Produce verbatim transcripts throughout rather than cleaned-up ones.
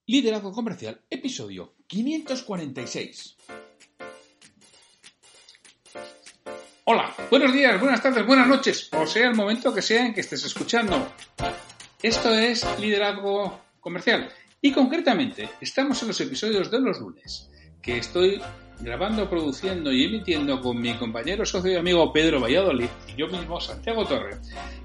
Liderazgo Comercial, episodio quinientos cuarenta y seis. Hola, buenos días, buenas tardes, buenas noches, o sea el momento que sea en que estés escuchando. Esto es Liderazgo Comercial y concretamente estamos en los episodios de los lunes, que estoy grabando, produciendo y emitiendo con mi compañero, socio y amigo Pedro Valladolid y yo mismo, Santiago Torre,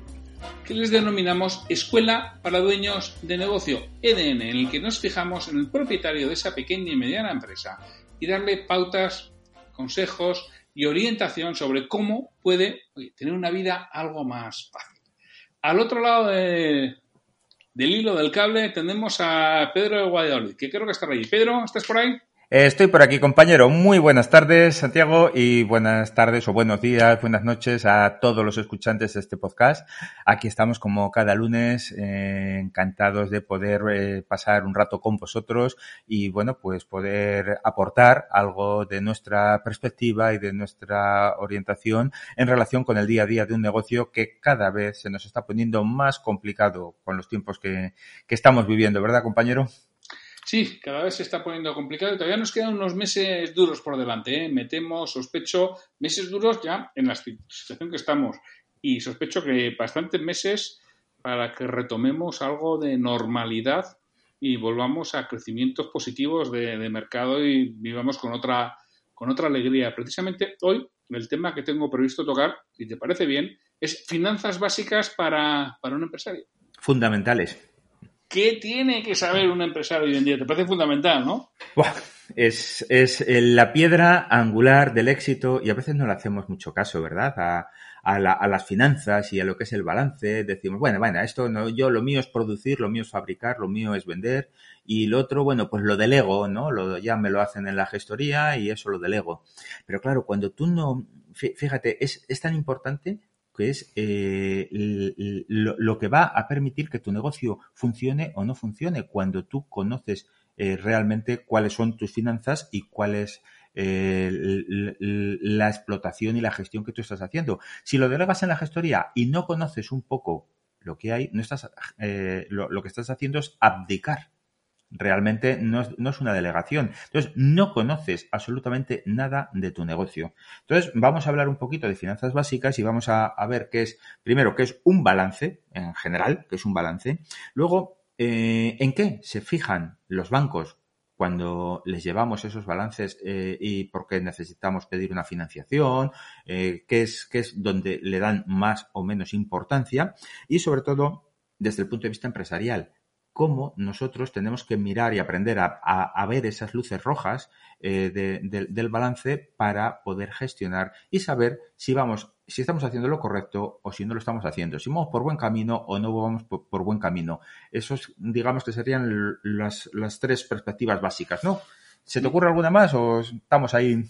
que les denominamos Escuela para Dueños de Negocio, E D N, en el que nos fijamos en el propietario de esa pequeña y mediana empresa y darle pautas, consejos y orientación sobre cómo puede oye, tener una vida algo más fácil. Al otro lado de, del hilo del cable tenemos a Pedro de Valladolid, que creo que está ahí. Pedro, ¿estás por ahí? Estoy por aquí, compañero. Muy buenas tardes, Santiago, y buenas tardes o buenos días, buenas noches a todos los escuchantes de este podcast. Aquí estamos como cada lunes, eh, encantados de poder eh, pasar un rato con vosotros y, bueno, pues poder aportar algo de nuestra perspectiva y de nuestra orientación en relación con el día a día de un negocio que cada vez se nos está poniendo más complicado con los tiempos que, que estamos viviendo, ¿verdad, compañero? Sí, cada vez se está poniendo complicado y todavía nos quedan unos meses duros por delante, ¿eh? Me temo, sospecho, meses duros ya en la situación que estamos y sospecho que bastantes meses para que retomemos algo de normalidad y volvamos a crecimientos positivos de, de mercado y vivamos con otra, con otra alegría. Precisamente hoy el tema que tengo previsto tocar, si te parece bien, es finanzas básicas para, para un empresario. Fundamentales. ¿Qué tiene que saber un empresario hoy en día? Te parece fundamental, ¿no? Buah, es, es la piedra angular del éxito y a veces no le hacemos mucho caso, ¿verdad? A, a, la, a las finanzas y a lo que es el balance. Decimos, bueno, bueno, esto no, yo lo mío es producir, lo mío es fabricar, lo mío es vender y lo otro, bueno, pues lo delego, ¿no? Lo, ya me lo hacen en la gestoría y eso lo delego. Pero claro, cuando tú no, fíjate, es, es tan importante que es eh, lo, lo que va a permitir que tu negocio funcione o no funcione cuando tú conoces eh, realmente cuáles son tus finanzas y cuál es eh, la explotación y la gestión que tú estás haciendo. Si lo delegas en la gestoría y no conoces un poco lo que hay, no estás, eh, lo, lo que estás haciendo es abdicar. Realmente no es, no es una delegación. Entonces, no conoces absolutamente nada de tu negocio. Entonces, vamos a hablar un poquito de finanzas básicas y vamos a, a ver qué es, primero, qué es un balance en general, qué es un balance. Luego, eh, ¿en qué se fijan los bancos cuando les llevamos esos balances eh, y por qué necesitamos pedir una financiación? Eh, ¿qué es, qué es donde le dan más o menos importancia? Y, sobre todo, desde el punto de vista empresarial, cómo nosotros tenemos que mirar y aprender a, a, a ver esas luces rojas eh, de, de, del balance para poder gestionar y saber si vamos, si estamos haciendo lo correcto o si no lo estamos haciendo, si vamos por buen camino o no vamos por, por buen camino. Esos, digamos que serían las, las tres perspectivas básicas, ¿no? ¿Se te ocurre alguna más o estamos ahí?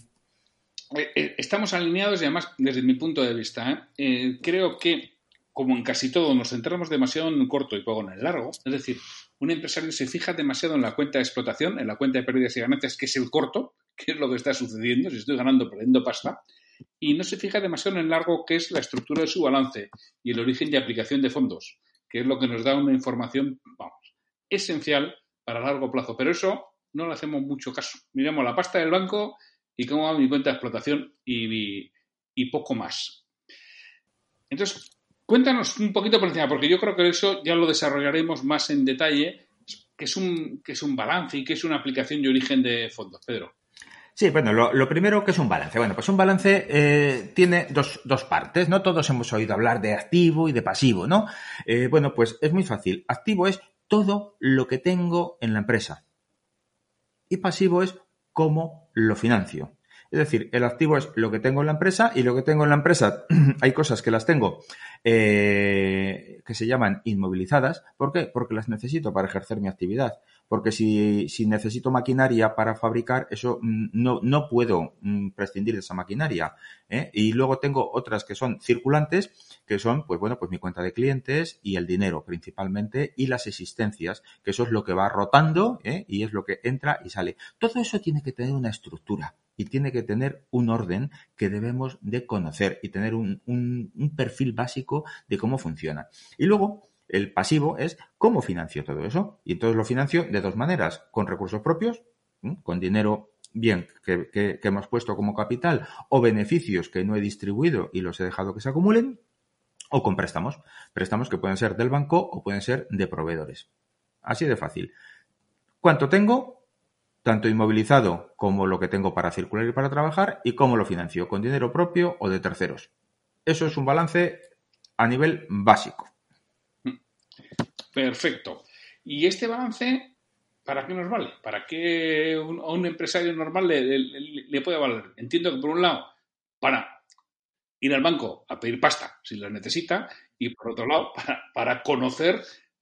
Estamos alineados y además, desde mi punto de vista, ¿eh? Eh, creo que como en casi todo, nos centramos demasiado en el corto y poco en el largo. Es decir, un empresario se fija demasiado en la cuenta de explotación, en la cuenta de pérdidas y ganancias, que es el corto, que es lo que está sucediendo, si estoy ganando o perdiendo pasta, y no se fija demasiado en el largo, que es la estructura de su balance y el origen de aplicación de fondos, que es lo que nos da una información, vamos, esencial para largo plazo. Pero eso no le hacemos mucho caso. Miramos la pasta del banco y cómo va mi cuenta de explotación y, y poco más. Entonces, cuéntanos un poquito por encima, porque yo creo que eso ya lo desarrollaremos más en detalle, que es un, que es un balance y que es una aplicación y origen de fondos. Pedro. Sí, bueno, lo, lo primero que es un balance. Bueno, pues un balance eh, tiene dos, dos partes, ¿no? Todos hemos oído hablar de activo y de pasivo, ¿no? Eh, bueno, pues es muy fácil. Activo es todo lo que tengo en la empresa. Y pasivo es cómo lo financio. Es decir, el activo es lo que tengo en la empresa y lo que tengo en la empresa hay cosas que las tengo eh, que se llaman inmovilizadas. ¿Por qué? Porque las necesito para ejercer mi actividad. Porque si, si necesito maquinaria para fabricar, eso no, no puedo prescindir de esa maquinaria, ¿eh? Y luego tengo otras que son circulantes, que son, pues bueno, pues mi cuenta de clientes y el dinero principalmente y las existencias, que eso es lo que va rotando, ¿eh? Y es lo que entra y sale. Todo eso tiene que tener una estructura y tiene que tener un orden que debemos de conocer y tener un, un, un perfil básico de cómo funciona. Y luego el pasivo es cómo financio todo eso. Y entonces lo financio de dos maneras, con recursos propios, ¿sí? Con dinero bien que, que, que hemos puesto como capital o beneficios que no he distribuido y los he dejado que se acumulen, o con préstamos. Préstamos que pueden ser del banco o pueden ser de proveedores. Así de fácil. ¿Cuánto tengo? Tanto inmovilizado como lo que tengo para circular y para trabajar, y cómo lo financio, con dinero propio o de terceros. Eso es un balance a nivel básico. Perfecto. ¿Y este balance para qué nos vale? ¿Para qué un, a un empresario normal le, le, le puede valer? Entiendo que por un lado, para ir al banco a pedir pasta si la necesita, y por otro lado, para, para conocer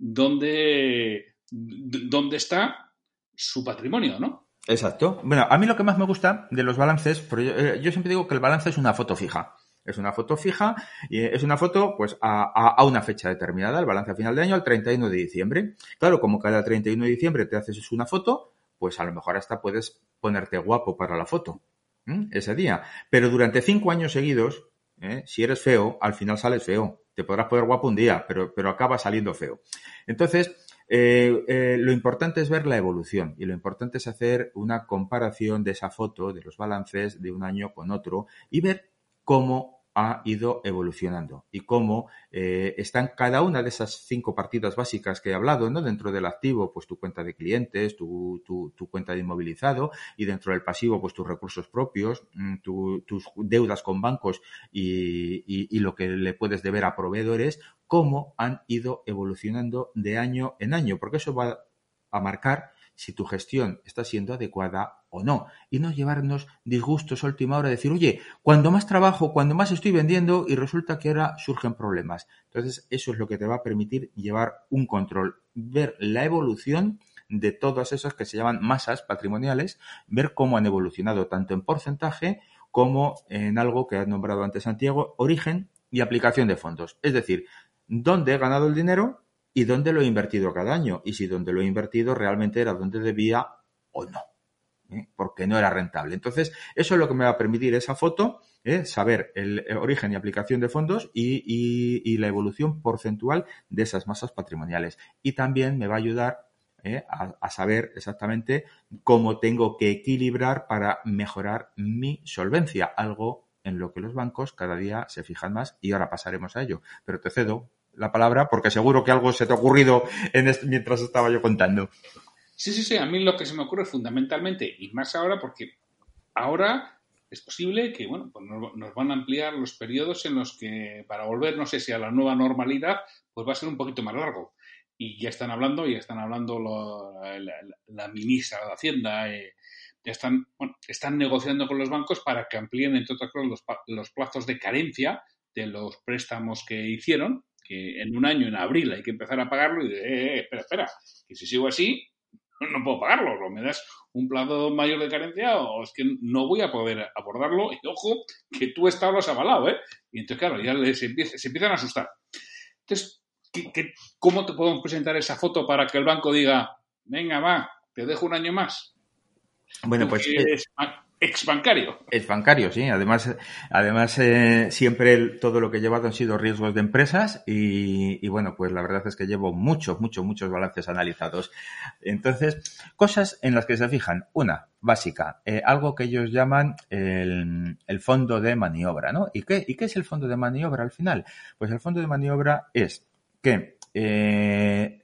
dónde, dónde está su patrimonio, ¿no? Exacto. Bueno, a mí lo que más me gusta de los balances, porque yo, eh, yo siempre digo que el balance es una foto fija. Es una foto fija y es una foto pues a, a, a una fecha determinada, el balance a final de año, al treinta y uno de diciembre. Claro, como cada treinta y uno de diciembre te haces una foto, pues a lo mejor hasta puedes ponerte guapo para la foto, ¿eh? Ese día. Pero durante cinco años seguidos, ¿eh? Si eres feo, al final sales feo. Te podrás poner guapo un día, pero, pero acaba saliendo feo. Entonces, eh, eh, lo importante es ver la evolución y lo importante es hacer una comparación de esa foto, de los balances de un año con otro y ver cómo ha ido evolucionando y cómo eh, están cada una de esas cinco partidas básicas que he hablado, ¿no? Dentro del activo, pues tu cuenta de clientes, tu, tu, tu cuenta de inmovilizado, y dentro del pasivo, pues tus recursos propios, tu, tus deudas con bancos y, y, y lo que le puedes deber a proveedores, cómo han ido evolucionando de año en año, porque eso va a marcar si tu gestión está siendo adecuada o no. Y no llevarnos disgustos a última hora, decir, oye, cuando más trabajo, cuando más estoy vendiendo y resulta que ahora surgen problemas. Entonces, eso es lo que te va a permitir llevar un control, ver la evolución de todas esas que se llaman masas patrimoniales, ver cómo han evolucionado tanto en porcentaje como en algo que has nombrado antes, Santiago, origen y aplicación de fondos. Es decir, dónde he ganado el dinero y dónde lo he invertido cada año, y si donde lo he invertido realmente era donde debía o no, ¿eh? Porque no era rentable. Entonces, eso es lo que me va a permitir esa foto, ¿eh? Saber el origen y aplicación de fondos y, y, y la evolución porcentual de esas masas patrimoniales. Y también me va a ayudar ¿eh? a, a saber exactamente cómo tengo que equilibrar para mejorar mi solvencia, algo en lo que los bancos cada día se fijan más, y ahora pasaremos a ello. Pero te cedo la palabra porque seguro que algo se te ha ocurrido en este, mientras estaba yo contando. Sí, sí, sí. A mí lo que se me ocurre fundamentalmente, y más ahora porque ahora es posible que, bueno, pues nos, nos van a ampliar los periodos en los que para volver, no sé si a la nueva normalidad, pues va a ser un poquito más largo. Y ya están hablando, ya están hablando lo, la, la, la ministra de Hacienda, eh, ya están, bueno, están negociando con los bancos para que amplíen, entre otras cosas, los, los plazos de carencia de los préstamos que hicieron, que en un año, en abril, hay que empezar a pagarlo y de, eh, eh, espera, espera, que si sigo así, no puedo pagarlo, o me das un plazo mayor de carencia o es que no voy a poder abordarlo, y ojo, que tú estabas avalado, ¿eh? Y entonces, claro, ya les empieza, se empiezan a asustar. Entonces, ¿qué, qué, ¿cómo te podemos presentar esa foto para que el banco diga, venga, va, te dejo un año más? Bueno, pues... Es ex bancario. Es bancario, sí. Además, además eh, siempre el, todo lo que he llevado han sido riesgos de empresas y, y bueno, pues la verdad es que llevo muchos, muchos, muchos balances analizados. Entonces, cosas en las que se fijan. Una, básica, eh, algo que ellos llaman el, el fondo de maniobra, ¿no? ¿Y qué, ¿Y qué es el fondo de maniobra al final? Pues el fondo de maniobra es que eh,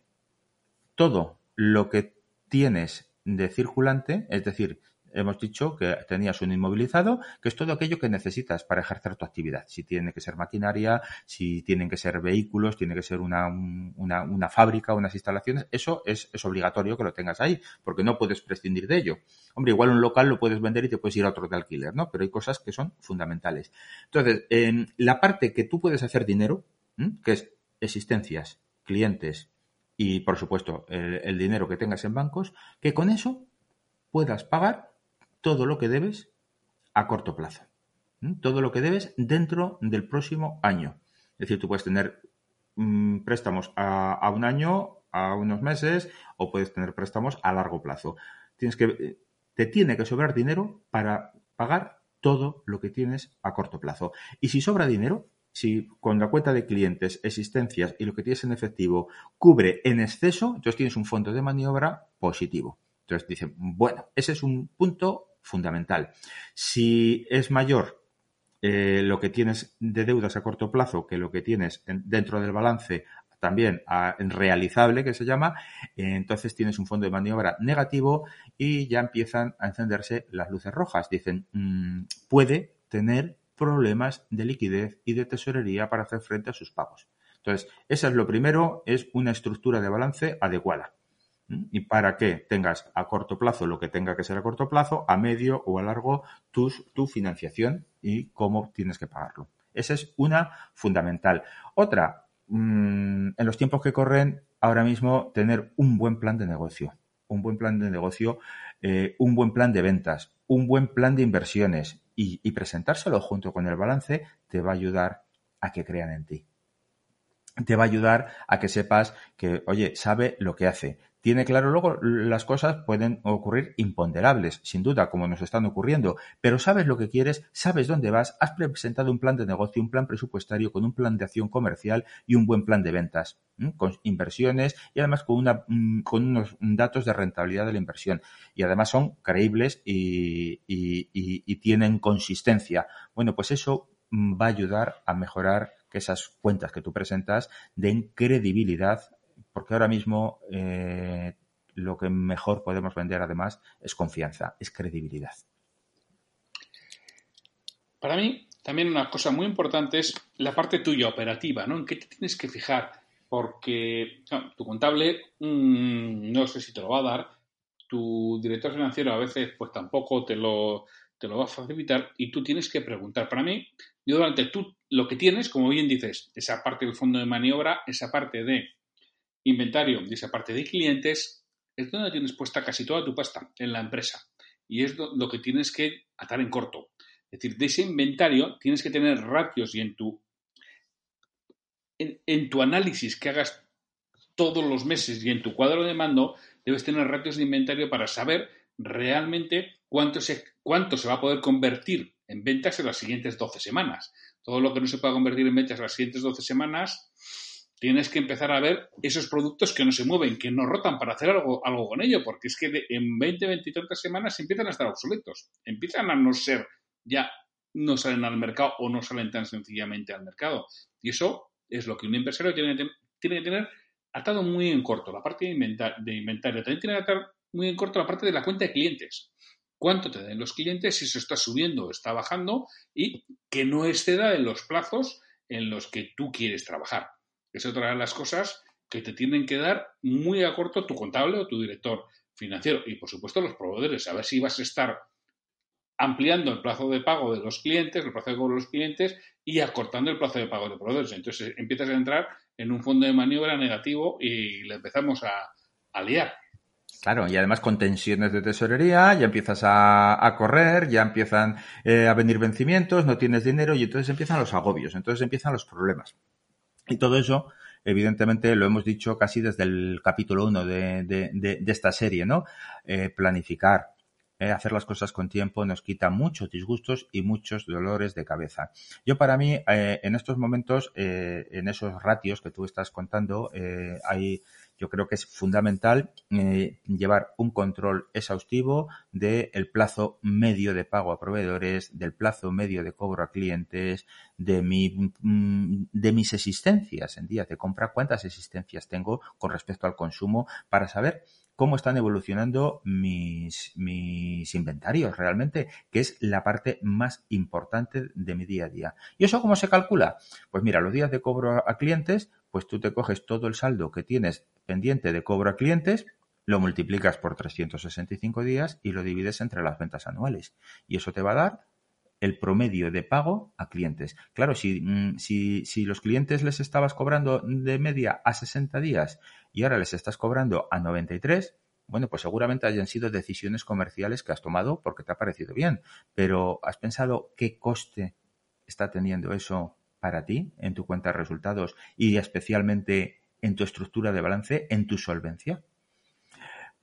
todo lo que tienes de circulante, es decir, hemos dicho que tenías un inmovilizado, que es todo aquello que necesitas para ejercer tu actividad. Si tiene que ser maquinaria, si tienen que ser vehículos, tiene que ser una, una, una fábrica, unas instalaciones, eso es, es obligatorio que lo tengas ahí, porque no puedes prescindir de ello. Hombre, igual un local lo puedes vender y te puedes ir a otro de alquiler, ¿no? Pero hay cosas que son fundamentales. Entonces, en la parte que tú puedes hacer dinero, ¿eh? Que es existencias, clientes y, por supuesto, el, el dinero que tengas en bancos, que con eso puedas pagar todo lo que debes a corto plazo. ¿Mm? Todo lo que debes dentro del próximo año. Es decir, tú puedes tener mmm, préstamos a, a un año, a unos meses, o puedes tener préstamos a largo plazo. Tienes que, te tiene que sobrar dinero para pagar todo lo que tienes a corto plazo. Y si sobra dinero, si con la cuenta de clientes, existencias y lo que tienes en efectivo cubre en exceso, entonces tienes un fondo de maniobra positivo. Entonces dicen, bueno, ese es un punto fundamental. Si es mayor eh, lo que tienes de deudas a corto plazo que lo que tienes en, dentro del balance también a, en realizable, que se llama, eh, entonces tienes un fondo de maniobra negativo y ya empiezan a encenderse las luces rojas. Dicen, mmm, puede tener problemas de liquidez y de tesorería para hacer frente a sus pagos. Entonces, eso es lo primero, es una estructura de balance adecuada. Y para que tengas a corto plazo lo que tenga que ser a corto plazo, a medio o a largo tus, tu financiación y cómo tienes que pagarlo. Esa es una fundamental. Otra, mmm, en los tiempos que corren, ahora mismo tener un buen plan de negocio. Un buen plan de negocio, eh, un buen plan de ventas, un buen plan de inversiones y, y presentárselo junto con el balance te va a ayudar a que crean en ti. Te va a ayudar a que sepas que, oye, sabe lo que hace. Tiene claro, luego las cosas pueden ocurrir imponderables, sin duda, como nos están ocurriendo, pero sabes lo que quieres, sabes dónde vas, has presentado un plan de negocio, un plan presupuestario, con un plan de acción comercial y un buen plan de ventas, ¿m? Con inversiones y además con, una, con unos datos de rentabilidad de la inversión. Y además son creíbles y, y, y, y tienen consistencia. Bueno, pues eso va a ayudar a mejorar que esas cuentas que tú presentas den credibilidad, porque ahora mismo eh, lo que mejor podemos vender además es confianza, es credibilidad. Para mí, también una cosa muy importante es la parte tuya operativa, ¿no? ¿En qué te tienes que fijar? Porque no, tu contable mmm, no sé si te lo va a dar, tu director financiero a veces pues tampoco te lo, te lo va a facilitar y tú tienes que preguntar. Para mí, yo durante tú lo que tienes, como bien dices, esa parte del fondo de maniobra, esa parte de inventario y esa parte de clientes, es donde tienes puesta casi toda tu pasta en la empresa y es lo que tienes que atar en corto. Es decir, de ese inventario tienes que tener ratios y en tu, en, en tu análisis que hagas todos los meses y en tu cuadro de mando debes tener ratios de inventario para saber realmente cuánto se, cuánto se va a poder convertir en ventas en las siguientes doce semanas. Todo lo que no se pueda convertir en ventas en las siguientes doce semanas, tienes que empezar a ver esos productos que no se mueven, que no rotan para hacer algo, algo con ello, porque es que de, en veinte, veinte y tantas semanas empiezan a estar obsoletos, empiezan a no ser, ya no salen al mercado o no salen tan sencillamente al mercado. Y eso es lo que un empresario tiene, tiene que tener atado muy en corto, la parte de inventario, de inventario. También tiene que atar muy en corto la parte de la cuenta de clientes. Cuánto te den los clientes, si eso está subiendo o está bajando y que no exceda en los plazos en los que tú quieres trabajar. Es otra de las cosas que te tienen que dar muy a corto tu contable o tu director financiero. Y, por supuesto, los proveedores. A ver si vas a estar ampliando el plazo de pago de los clientes, el plazo de cobro de los clientes y acortando el plazo de pago de proveedores. Entonces, empiezas a entrar en un fondo de maniobra negativo y le empezamos a, a liar. Claro, y además con tensiones de tesorería, ya empiezas a, a correr, ya empiezan eh, a venir vencimientos, no tienes dinero y entonces empiezan los agobios, entonces empiezan los problemas. Y todo eso, evidentemente, lo hemos dicho casi desde el capítulo uno de, de, de, de esta serie, ¿no? Eh, planificar, eh, hacer las cosas con tiempo nos quita muchos disgustos y muchos dolores de cabeza. Yo para mí, eh, en estos momentos, eh, en esos ratios que tú estás contando, eh, hay... Yo creo que es fundamental eh, llevar un control exhaustivo del plazo medio de pago a proveedores, del plazo medio de cobro a clientes, de, mi, de mis existencias en días de compra, cuántas existencias tengo con respecto al consumo para saber cómo están evolucionando mis, mis inventarios realmente, que es la parte más importante de mi día a día. ¿Y eso cómo se calcula? Pues mira, los días de cobro a clientes, pues tú te coges todo el saldo que tienes pendiente de cobro a clientes, lo multiplicas por trescientos sesenta y cinco días y lo divides entre las ventas anuales. Y eso te va a dar el promedio de pago a clientes. Claro, si, si, si los clientes les estabas cobrando de media a sesenta días y ahora les estás cobrando a noventa y tres, bueno, pues seguramente hayan sido decisiones comerciales que has tomado porque te ha parecido bien. Pero ¿has pensado qué coste está teniendo eso para ti en tu cuenta de resultados y especialmente en tu estructura de balance, en tu solvencia?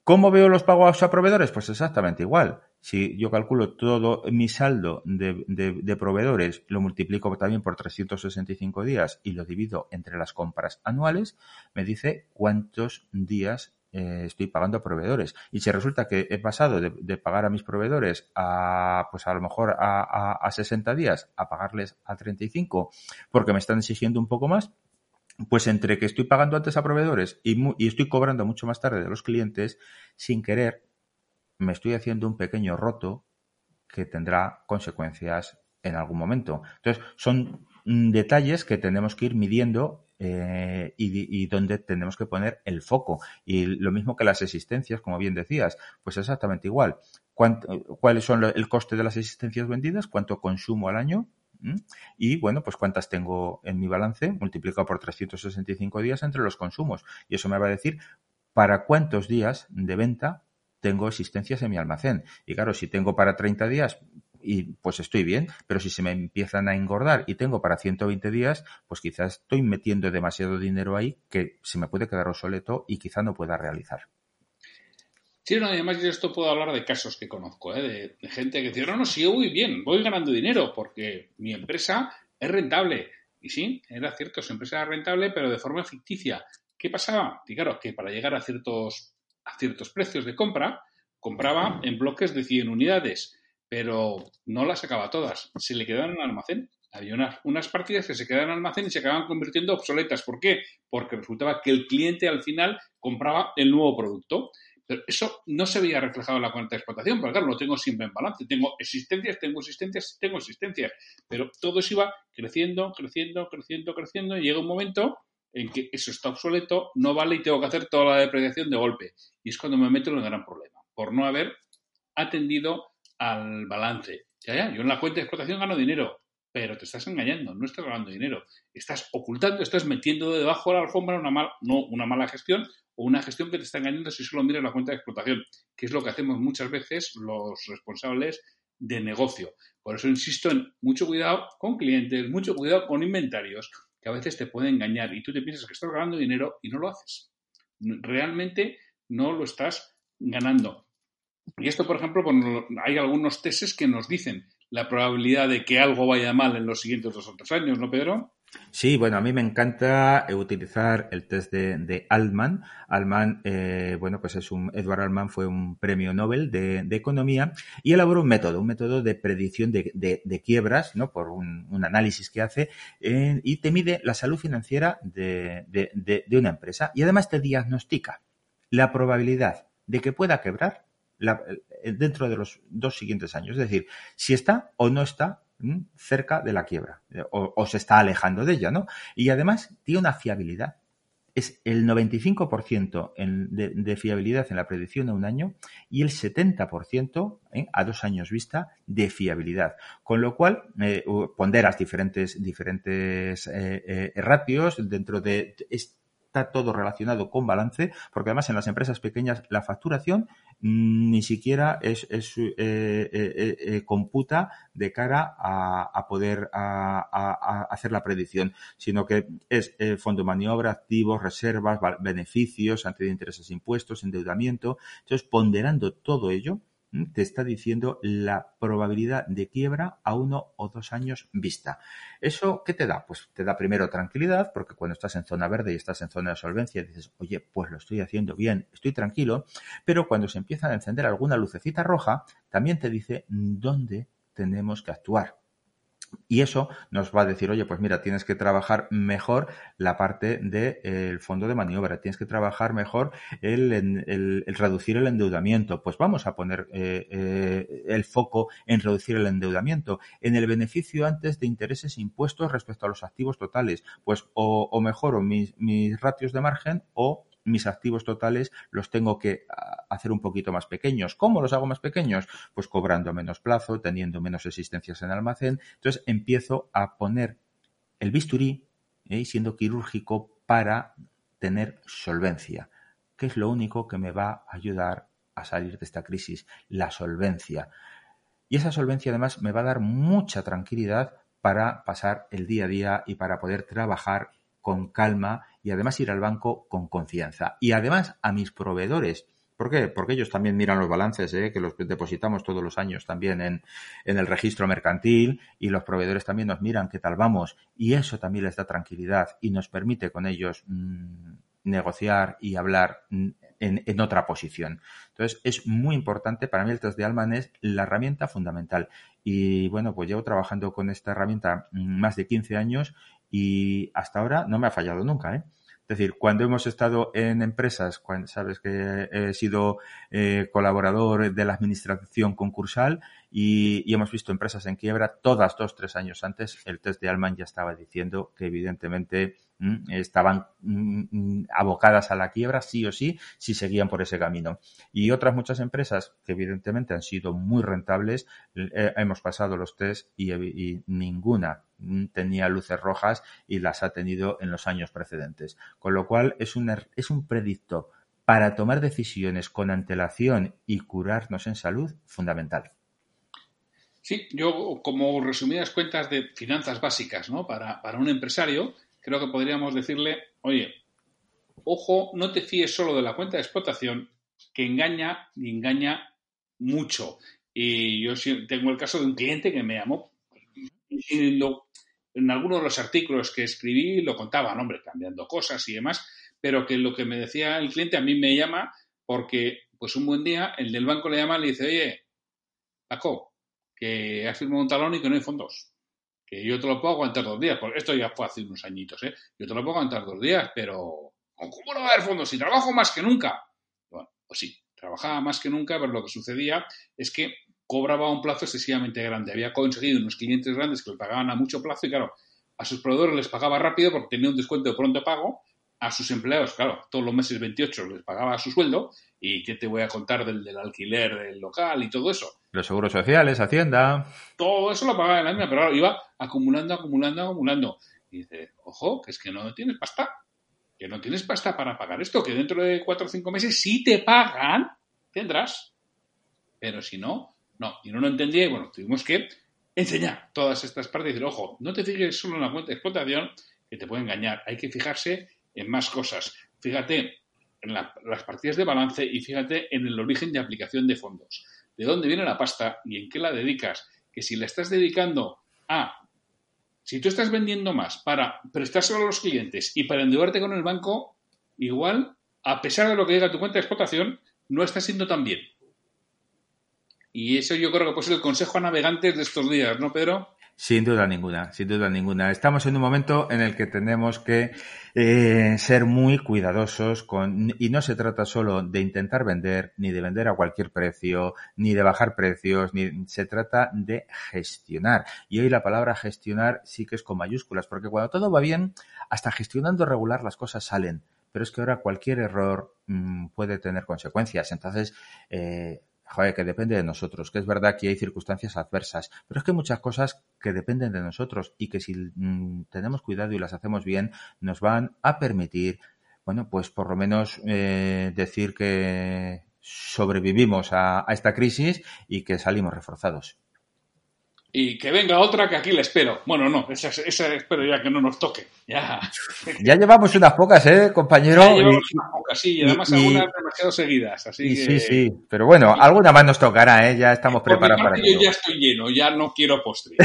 ¿Cómo veo los pagos a proveedores? Pues exactamente igual. Si yo calculo todo mi saldo de, de, de proveedores, lo multiplico también por trescientos sesenta y cinco días y lo divido entre las compras anuales, me dice cuántos días eh, estoy pagando a proveedores. Y si resulta que he pasado de, de pagar a mis proveedores a, pues a lo mejor a, a, a sesenta días, a pagarles a treinta y cinco, porque me están exigiendo un poco más, pues entre que estoy pagando antes a proveedores y, mu- y estoy cobrando mucho más tarde de los clientes, sin querer, me estoy haciendo un pequeño roto que tendrá consecuencias en algún momento. Entonces, son mm, detalles que tenemos que ir midiendo eh, y, y donde tenemos que poner el foco. Y lo mismo que las existencias, como bien decías, pues exactamente igual. ¿Cuánto, ¿Cuáles son lo- el coste de las existencias vendidas? ¿Cuánto consumo al año? ¿Mm? Y bueno, pues cuántas tengo en mi balance multiplicado por trescientos sesenta y cinco días entre los consumos. Y eso me va a decir para cuántos días de venta tengo existencias en mi almacén. Y claro, si tengo para treinta días, y pues estoy bien, pero si se me empiezan a engordar y tengo para ciento veinte días, pues quizás estoy metiendo demasiado dinero ahí que se me puede quedar obsoleto y quizá no pueda realizar. Sí, no, además yo esto puedo hablar de casos que conozco, ¿eh? de, de gente que dice, no, no, sí, yo voy bien, voy ganando dinero porque mi empresa es rentable. Y sí, era cierto, su empresa era rentable, pero de forma ficticia. ¿Qué pasaba? Y claro, que para llegar a ciertos, a ciertos precios de compra, compraba en bloques de cien unidades, pero no las sacaba todas, se le quedaban en el almacén. Había unas, unas partidas que se quedaban en el almacén y se acababan convirtiendo obsoletas. ¿Por qué? Porque resultaba que el cliente al final compraba el nuevo producto. Pero eso no se veía reflejado en la cuenta de explotación, porque claro, lo tengo siempre en balance. Tengo existencias, tengo existencias, tengo existencias. Pero todo eso iba creciendo, creciendo, creciendo, creciendo, y llega un momento en que eso está obsoleto, no vale y tengo que hacer toda la depreciación de golpe. Y es cuando me meto en un gran problema, por no haber atendido al balance. Ya, ya, yo en la cuenta de explotación gano dinero, pero te estás engañando, no estás ganando dinero. Estás ocultando, estás metiendo debajo de la alfombra una, mal, no, una mala gestión o una gestión que te está engañando si solo miras la cuenta de explotación, que es lo que hacemos muchas veces los responsables de negocio. Por eso insisto en mucho cuidado con clientes, mucho cuidado con inventarios, que a veces te pueden engañar y tú te piensas que estás ganando dinero y no lo haces. Realmente no lo estás ganando. Y esto, por ejemplo, bueno, hay algunos testes que nos dicen la probabilidad de que algo vaya mal en los siguientes dos o tres años, ¿no, Pedro? Sí, bueno, a mí me encanta eh, utilizar el test de, de Altman. Altman, eh, bueno, pues es un, Edward Altman fue un premio Nobel de, de economía y elaboró un método, un método de predicción de, de, de quiebras, ¿no? Por un, un análisis que hace eh, y te mide la salud financiera de, de, de, de una empresa y además te diagnostica la probabilidad de que pueda quebrar la, dentro de los dos siguientes años. Es decir, si está o no está cerca de la quiebra o, o se está alejando de ella, ¿no? Y además tiene una fiabilidad. Es el noventa y cinco por ciento en, de, de fiabilidad en la predicción a un año y el setenta por ciento ¿eh? a dos años vista de fiabilidad. Con lo cual, eh, ponderas diferentes, diferentes eh, eh, ratios dentro de... Es, está todo relacionado con balance, porque además en las empresas pequeñas la facturación mmm, ni siquiera es, es eh, eh, eh, computa de cara a, a poder a, a, a hacer la predicción, sino que es eh, fondo de maniobra, activos, reservas, beneficios, antes de intereses, impuestos, endeudamiento. Entonces, ponderando todo ello, te está diciendo la probabilidad de quiebra a uno o dos años vista. ¿Eso qué te da? Pues te da primero tranquilidad, porque cuando estás en zona verde y estás en zona de solvencia, dices, oye, pues lo estoy haciendo bien, estoy tranquilo, pero cuando se empiezan a encender alguna lucecita roja, también te dice dónde tenemos que actuar. Y eso nos va a decir, oye, pues mira, tienes que trabajar mejor la parte del de, fondo de maniobra, tienes que trabajar mejor el, el, el reducir el endeudamiento. Pues vamos a poner eh, eh, el foco en reducir el endeudamiento, en el beneficio antes de intereses e impuestos respecto a los activos totales. Pues o, o mejoro mis, mis ratios de margen o mis activos totales los tengo que hacer un poquito más pequeños. ¿Cómo los hago más pequeños? Pues cobrando a menos plazo, teniendo menos existencias en el almacén. Entonces empiezo a poner el bisturí ¿eh? y siendo quirúrgico para tener solvencia, que es lo único que me va a ayudar a salir de esta crisis, la solvencia. Y esa solvencia además me va a dar mucha tranquilidad para pasar el día a día y para poder trabajar con calma y además ir al banco con confianza. Y además a mis proveedores ¿Por qué? Porque ellos también miran los balances, ¿eh? Que los depositamos todos los años también en, en el registro mercantil y los proveedores también nos miran qué tal vamos y eso también les da tranquilidad y nos permite con ellos mmm, negociar y hablar en, en otra posición. Entonces es muy importante, para mí el test de Allman es la herramienta fundamental y bueno, pues llevo trabajando con esta herramienta más de quince años y hasta ahora no me ha fallado nunca, ¿eh? Es decir, cuando hemos estado en empresas, cuando sabes que he sido eh, colaborador de la administración concursal y, y hemos visto empresas en quiebra, todas dos, tres años antes, el test de Allman ya estaba diciendo que evidentemente mm, estaban mm, abocadas a la quiebra, sí o sí, si seguían por ese camino. Y otras muchas empresas que evidentemente han sido muy rentables, eh, hemos pasado los test y, y ninguna tenía luces rojas y las ha tenido en los años precedentes. Con lo cual es un, es un predictor para tomar decisiones con antelación y curarnos en salud fundamental. Sí, yo como resumidas cuentas de finanzas básicas, ¿no? Para, para un empresario, creo que podríamos decirle, oye, ojo, no te fíes solo de la cuenta de explotación que engaña y engaña mucho. Y yo tengo el caso de un cliente que me llamó y lo, en algunos de los artículos que escribí lo contaban, hombre, cambiando cosas y demás, pero que lo que me decía el cliente a mí me llama porque, pues un buen día, el del banco le llama y le dice, oye, Paco, que has firmado un talón y que no hay fondos. Que yo te lo puedo aguantar dos días. Pues esto ya fue hace unos añitos, ¿eh? Yo te lo puedo aguantar dos días, pero ¿cómo no va a haber fondos? Si trabajo más que nunca. Bueno, pues sí, trabajaba más que nunca, pero lo que sucedía es que cobraba un plazo excesivamente grande. Había conseguido unos clientes grandes que le pagaban a mucho plazo y, claro, a sus proveedores les pagaba rápido porque tenía un descuento de pronto pago. A sus empleados, claro, todos los meses veintiocho les pagaba su sueldo. ¿Y qué te voy a contar del, del alquiler del local y todo eso? Los seguros sociales, Hacienda. Todo eso lo pagaba en la misma, pero claro, iba acumulando, acumulando, acumulando. Y dice, ojo, que es que no tienes pasta. Que no tienes pasta para pagar esto, que dentro de cuatro o cinco meses si te pagan, tendrás. Pero si no, no. Y no lo entendía y bueno, tuvimos que enseñar todas estas partes y decir, ojo, no te fijes solo en la cuenta de explotación que te puede engañar. Hay que fijarse en más cosas. Fíjate en la, las partidas de balance y fíjate en el origen de aplicación de fondos. De dónde viene la pasta y en qué la dedicas. Que si la estás dedicando a... Si tú estás vendiendo más para prestárselo a los clientes y para endeudarte con el banco, igual, a pesar de lo que diga tu cuenta de explotación, no está siendo tan bien. Y eso yo creo que puede ser el consejo a navegantes de estos días, ¿no, Pedro? Sin duda ninguna, sin duda ninguna. Estamos en un momento en el que tenemos que eh, ser muy cuidadosos con, y no se trata solo de intentar vender, ni de vender a cualquier precio, ni de bajar precios, ni se trata de gestionar. Y hoy la palabra gestionar sí que es con mayúsculas, porque cuando todo va bien, hasta gestionando regular las cosas salen. Pero es que ahora cualquier error mmm, puede tener consecuencias. Entonces, eh, Joder, que depende de nosotros, que es verdad que hay circunstancias adversas, pero es que hay muchas cosas que dependen de nosotros y que si mmm, tenemos cuidado y las hacemos bien, nos van a permitir, bueno, pues por lo menos eh, decir que sobrevivimos a, a esta crisis y que salimos reforzados. Y que venga otra que aquí le espero. Bueno, no, esa, esa espero ya que no nos toque. Ya. Ya llevamos unas pocas, ¿eh, compañero? Ya llevamos y, unas pocas, sí, y además y, algunas demasiado seguidas. Así y que... sí, sí, pero bueno, alguna más nos tocará, ¿eh? Ya estamos por preparados mi parte, para ello. Yo ya estoy lleno, ya no quiero postre.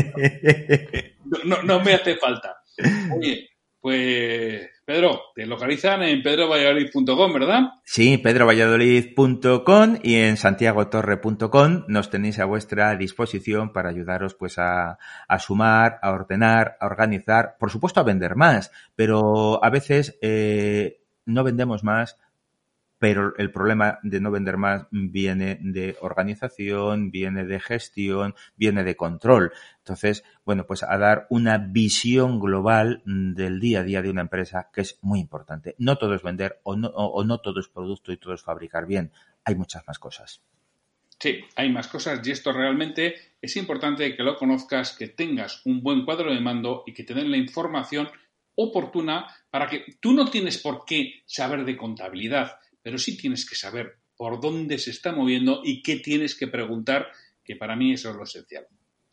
no, no, no me hace falta. Oye, pues Pedro, te localizan en pedro valladolid punto com, ¿verdad? Sí, pedro valladolid punto com y en santiago torre punto com nos tenéis a vuestra disposición para ayudaros pues a, a sumar, a ordenar, a organizar, por supuesto a vender más, pero a veces eh, no vendemos más, pero el problema de no vender más viene de organización, viene de gestión, viene de control. Entonces, bueno, pues a dar una visión global del día a día de una empresa que es muy importante. No todo es vender o no, o, o no todo es producto y todo es fabricar bien. Hay muchas más cosas. Sí, hay más cosas y esto realmente es importante que lo conozcas, que tengas un buen cuadro de mando y que te den la información oportuna para que tú no tienes por qué saber de contabilidad, pero sí tienes que saber por dónde se está moviendo y qué tienes que preguntar, que para mí eso es lo esencial.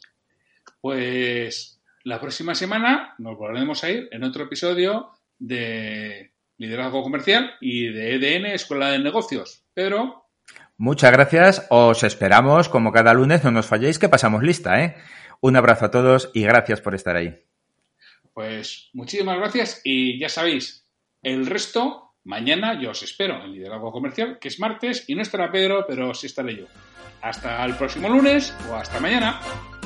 Pues la próxima semana nos volveremos a ir en otro episodio de Liderazgo Comercial y de E D N, Escuela de Negocios. Pedro. Muchas gracias. Os esperamos, como cada lunes, no nos falléis, que pasamos lista, ¿eh? Un abrazo a todos y gracias por estar ahí. Pues muchísimas gracias y ya sabéis, el resto, mañana yo os espero en Liderazgo Comercial, que es martes y no estará Pedro, pero sí estaré yo. Hasta el próximo lunes o hasta mañana.